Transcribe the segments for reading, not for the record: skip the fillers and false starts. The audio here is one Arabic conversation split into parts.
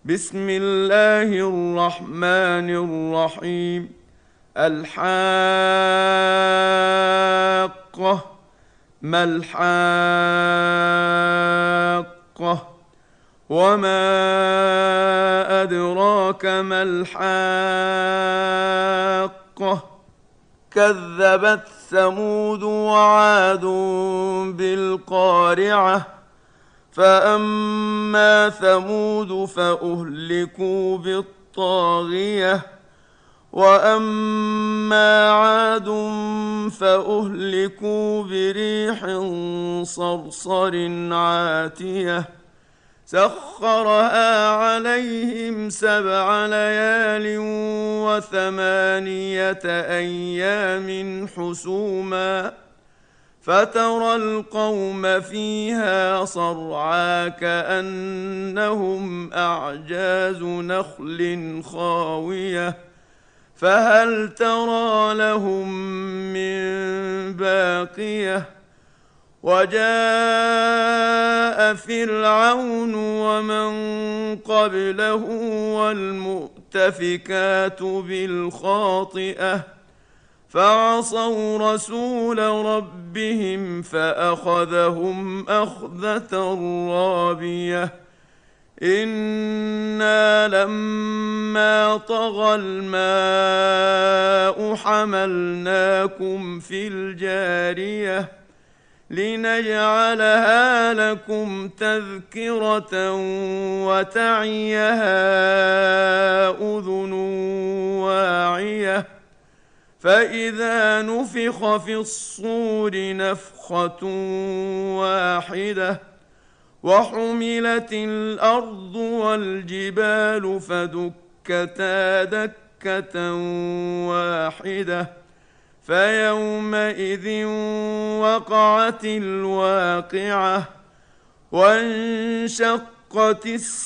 بسم الله الرحمن الرحيم. الحاقة. ما الحاقة؟ وما أدراك ما الحاقة؟ كذبت ثمود وعاد بالقارعة. فأما ثمود فأهلكوا بالطاغية، وأما عاد فأهلكوا بريح صرصر عاتية سخرها عليهم 7 ليال و8 أيام حسوما، فترى القوم فيها صرعى كأنهم أعجاز نخل خاوية، فهل ترى لهم من باقية؟ وجاء فرعون ومن قبله والمؤتفكات بالخاطئة، فعصوا رسول ربهم فأخذهم أخذة رابية. إنا لما طغى الماء حملناكم في الجارية لنجعلها لكم تذكرة وتعيها أذن واعية. فإذا نفخ في الصور نفخة واحدة وحملت الأرض والجبال فدكتا دكة واحدة، فيومئذ وقعت الواقعة. وانشقت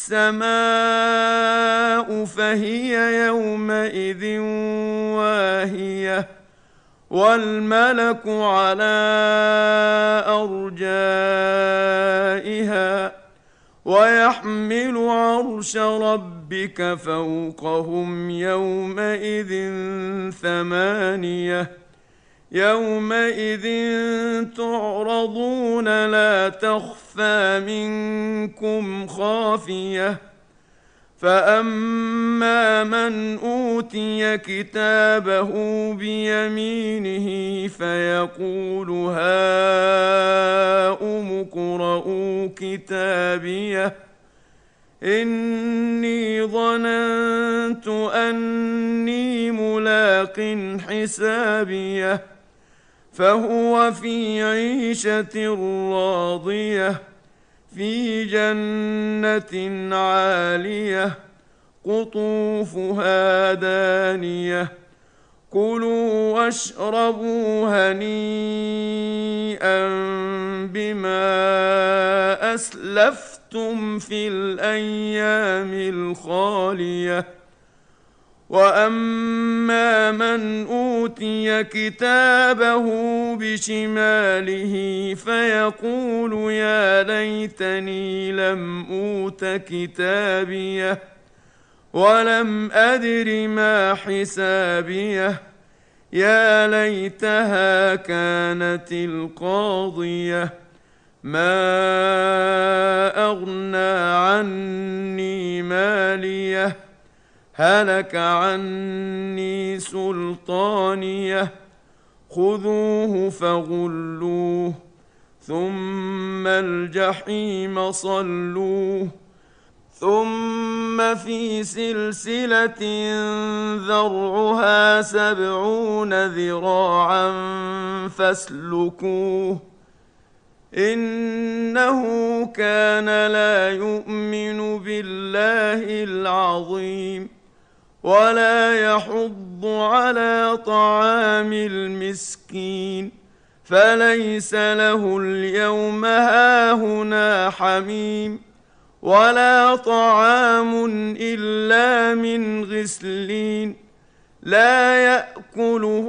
السماء فهي يومئذ واهية، والملك على أرجائها، ويحمل عرش ربك فوقهم يومئذ 8. يومئذ تعرضون لا تخفى منكم خافية. فأما من أوتي كتابه بيمينه فيقول هاؤم اقرءوا كتابيه إني ظننت أني ملاق حسابيه، فهو في عيشة راضية في جنة عالية قطوفها دانية. كلوا واشربوا هنيئا بما أسلفتم في الأيام الخالية. وأما من أوتي كتابه بشماله فيقول يا ليتني لم أوت كتابيه ولم أدر ما حسابيه، يا ليتها كانت القاضية ما أغنى عني ماليه هلك عني سلطانيه. خذوه فغلوه ثم الجحيم صلوه ثم في سلسلة ذرعها 70 ذراعا فاسلكوه إنه كان لا يؤمن بالله العظيم ولا يحض على طعام المسكين، فليس له اليوم هاهنا حميم ولا طعام إلا من غسلين لا يأكله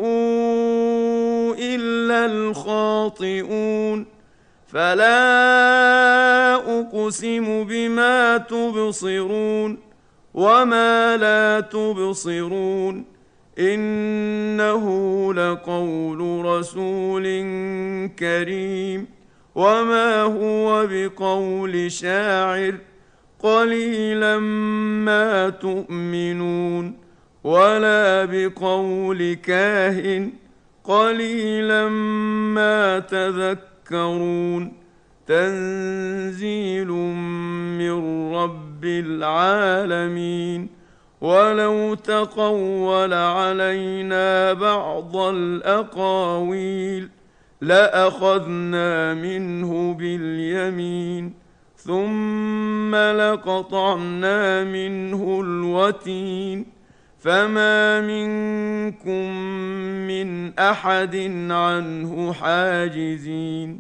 إلا الخاطئون. فلا أقسم بما تبصرون وما لا تبصرون إنه لقول رسول كريم وما هو بقول شاعر قليلا ما تؤمنون ولا بقول كاهن قليلا ما تذكرون تنزيل من رب العالمين ولو تقول علينا بعض الأقاويل لأخذنا منه باليمين ثم لقطعنا منه الوتين فما منكم من أحد عنه حاجزين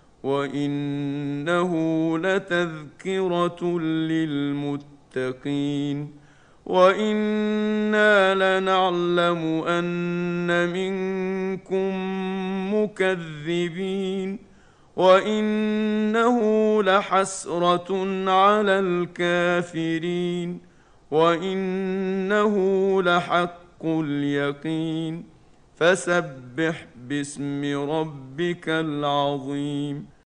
وإنه لتذكرة للمتقين وإنا لنعلم أن منكم مكذبين وإنه لحسرة على الكافرين وإنه لحق اليقين فسبح باسم ربك العظيم